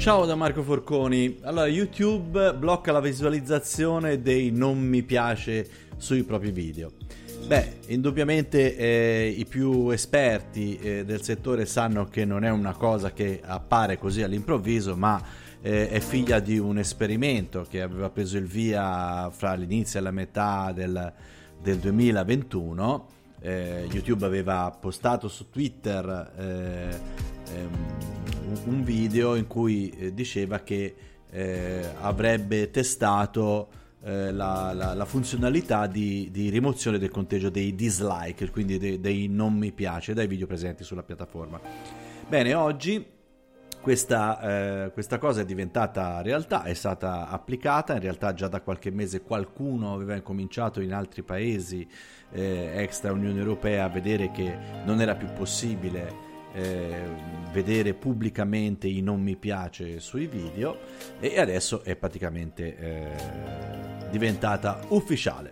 Ciao da Marco Forconi. Allora, YouTube blocca la visualizzazione dei non mi piace sui propri video. Beh, indubbiamente i più esperti del settore sanno che non è una cosa che appare così all'improvviso, ma è figlia di un esperimento che aveva preso il via fra l'inizio e la metà del 2021. YouTube aveva postato su Twitter un video in cui diceva che avrebbe testato la funzionalità di rimozione del conteggio dei dislike, quindi dei non mi piace dai video presenti sulla piattaforma. Bene, oggi questa cosa è diventata realtà, è stata applicata. In realtà già da qualche mese qualcuno aveva incominciato in altri paesi extra Unione Europea a vedere che non era più possibile vedere pubblicamente i non mi piace sui video, e adesso è praticamente diventata ufficiale.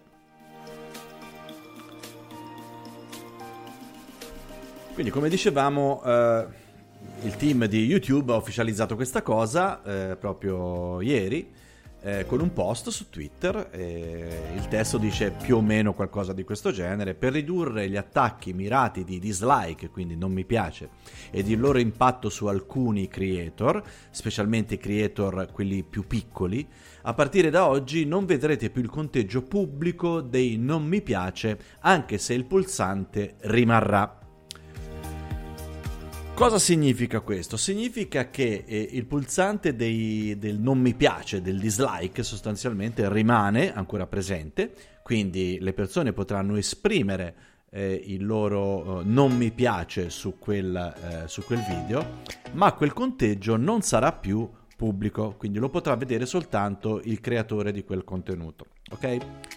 Quindi, come dicevamo, il team di YouTube ha ufficializzato questa cosa proprio ieri con un post su Twitter. Il testo dice più o meno qualcosa di questo genere: per ridurre gli attacchi mirati di dislike, quindi non mi piace, ed il loro impatto su alcuni creator, specialmente creator quelli più piccoli, a partire da oggi non vedrete più il conteggio pubblico dei non mi piace, anche se il pulsante rimarrà. Cosa significa questo? Significa che il pulsante del non mi piace, del dislike, sostanzialmente rimane ancora presente, quindi le persone potranno esprimere il loro non mi piace su quel video, ma quel conteggio non sarà più pubblico, quindi lo potrà vedere soltanto il creatore di quel contenuto, ok?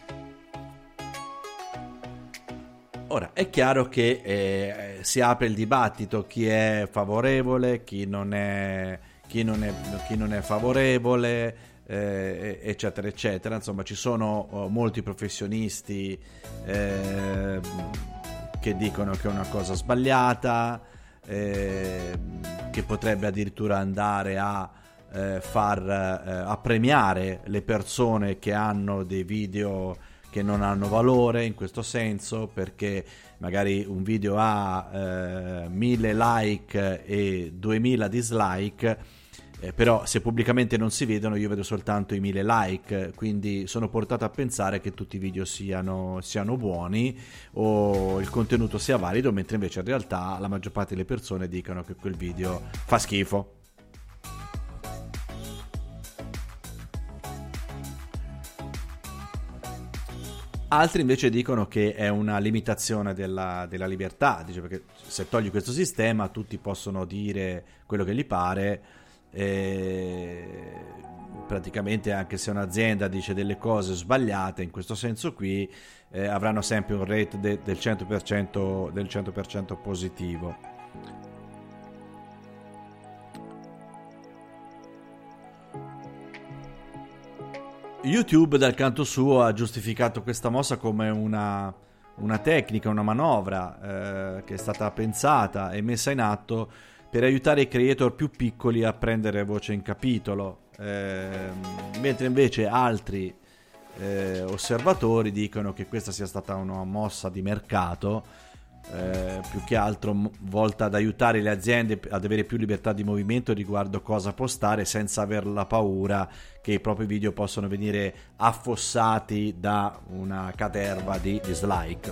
Ora, è chiaro che si apre il dibattito: chi è favorevole, chi non è favorevole, eccetera, eccetera. Insomma, ci sono molti professionisti che dicono che è una cosa sbagliata, che potrebbe addirittura andare a premiare le persone che hanno dei video che non hanno valore, in questo senso, perché magari un video ha 1000 like e 2000 dislike, però se pubblicamente non si vedono, io vedo soltanto i 1000 like, quindi sono portato a pensare che tutti i video siano buoni o il contenuto sia valido, mentre invece in realtà la maggior parte delle persone dicono che quel video fa schifo. Altri invece dicono che è una limitazione della libertà, dice, perché se togli questo sistema tutti possono dire quello che gli pare, praticamente anche se un'azienda dice delle cose sbagliate in questo senso qui, avranno sempre un rate del 100% positivo. YouTube dal canto suo ha giustificato questa mossa come una tecnica, una manovra che è stata pensata e messa in atto per aiutare i creator più piccoli a prendere voce in capitolo, mentre invece altri osservatori dicono che questa sia stata una mossa di mercato, più che altro volta ad aiutare le aziende ad avere più libertà di movimento riguardo cosa postare, senza aver la paura che i propri video possono venire affossati da una caterva di dislike.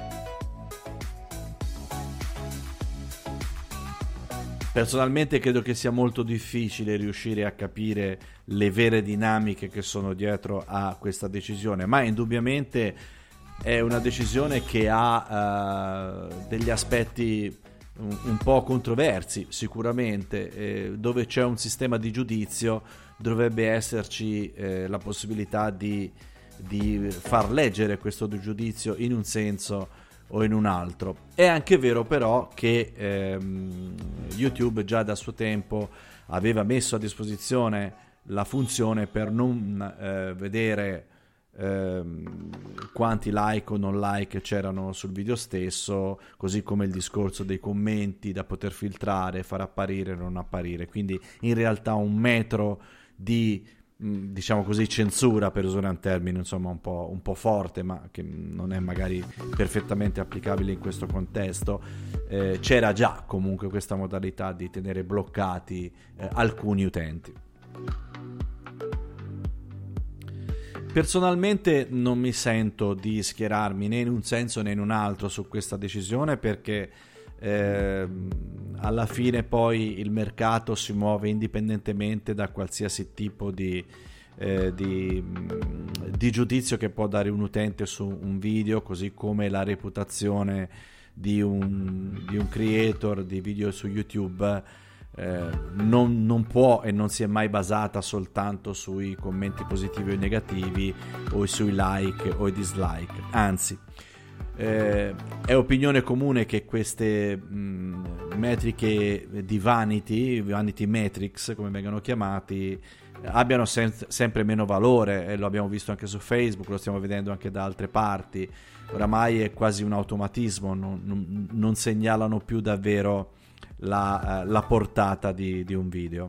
Personalmente credo che sia molto difficile riuscire a capire le vere dinamiche che sono dietro a questa decisione, ma indubbiamente è una decisione che ha degli aspetti un po' controversi, sicuramente. Dove c'è un sistema di giudizio dovrebbe esserci la possibilità di far leggere questo giudizio in un senso o in un altro. È anche vero però che YouTube già da suo tempo aveva messo a disposizione la funzione per non vedere quanti like o non like c'erano sul video stesso, così come il discorso dei commenti da poter filtrare, far apparire o non apparire. Quindi in realtà un metro di, diciamo così, censura, per usare un termine insomma un po' forte, ma che non è magari perfettamente applicabile in questo contesto. C'era già comunque questa modalità di tenere bloccati alcuni utenti. Personalmente non mi sento di schierarmi né in un senso né in un altro su questa decisione, perché alla fine poi il mercato si muove indipendentemente da qualsiasi tipo di giudizio che può dare un utente su un video, così come la reputazione di un creator di video su YouTube non può e non si è mai basata soltanto sui commenti positivi o negativi o sui like o i dislike. Anzi, è opinione comune che queste metriche di vanity metrics, come vengono chiamati, abbiano sempre meno valore, e lo abbiamo visto anche su Facebook, lo stiamo vedendo anche da altre parti. Oramai è quasi un automatismo, non segnalano più davvero la portata di un video.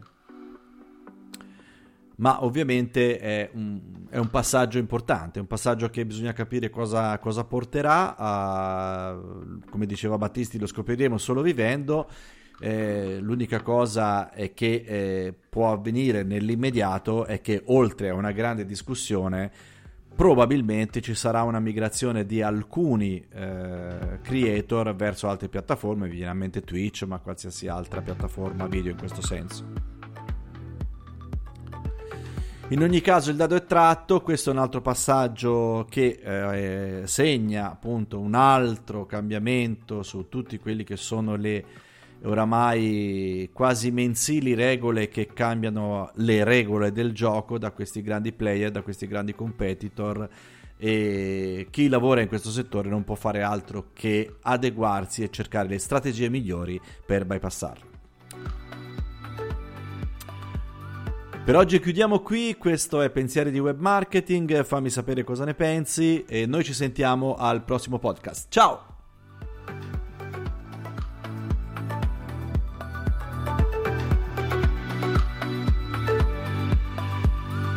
Ma ovviamente è un passaggio importante, è un passaggio che bisogna capire cosa porterà. Come diceva Battisti, lo scopriremo solo vivendo. L'unica cosa è che può avvenire nell'immediato è che, oltre a una grande discussione, probabilmente ci sarà una migrazione di alcuni creator verso altre piattaforme. Mi viene a mente Twitch, ma qualsiasi altra piattaforma video in questo senso. In ogni caso il dado è tratto. Questo è un altro passaggio che segna appunto un altro cambiamento su tutti quelli che sono le oramai quasi mensili regole che cambiano le regole del gioco da questi grandi player, da questi grandi competitor, e chi lavora in questo settore non può fare altro che adeguarsi e cercare le strategie migliori per bypassarlo. Per oggi chiudiamo qui, questo è Pensieri di Web Marketing, fammi sapere cosa ne pensi e noi ci sentiamo al prossimo podcast. Ciao!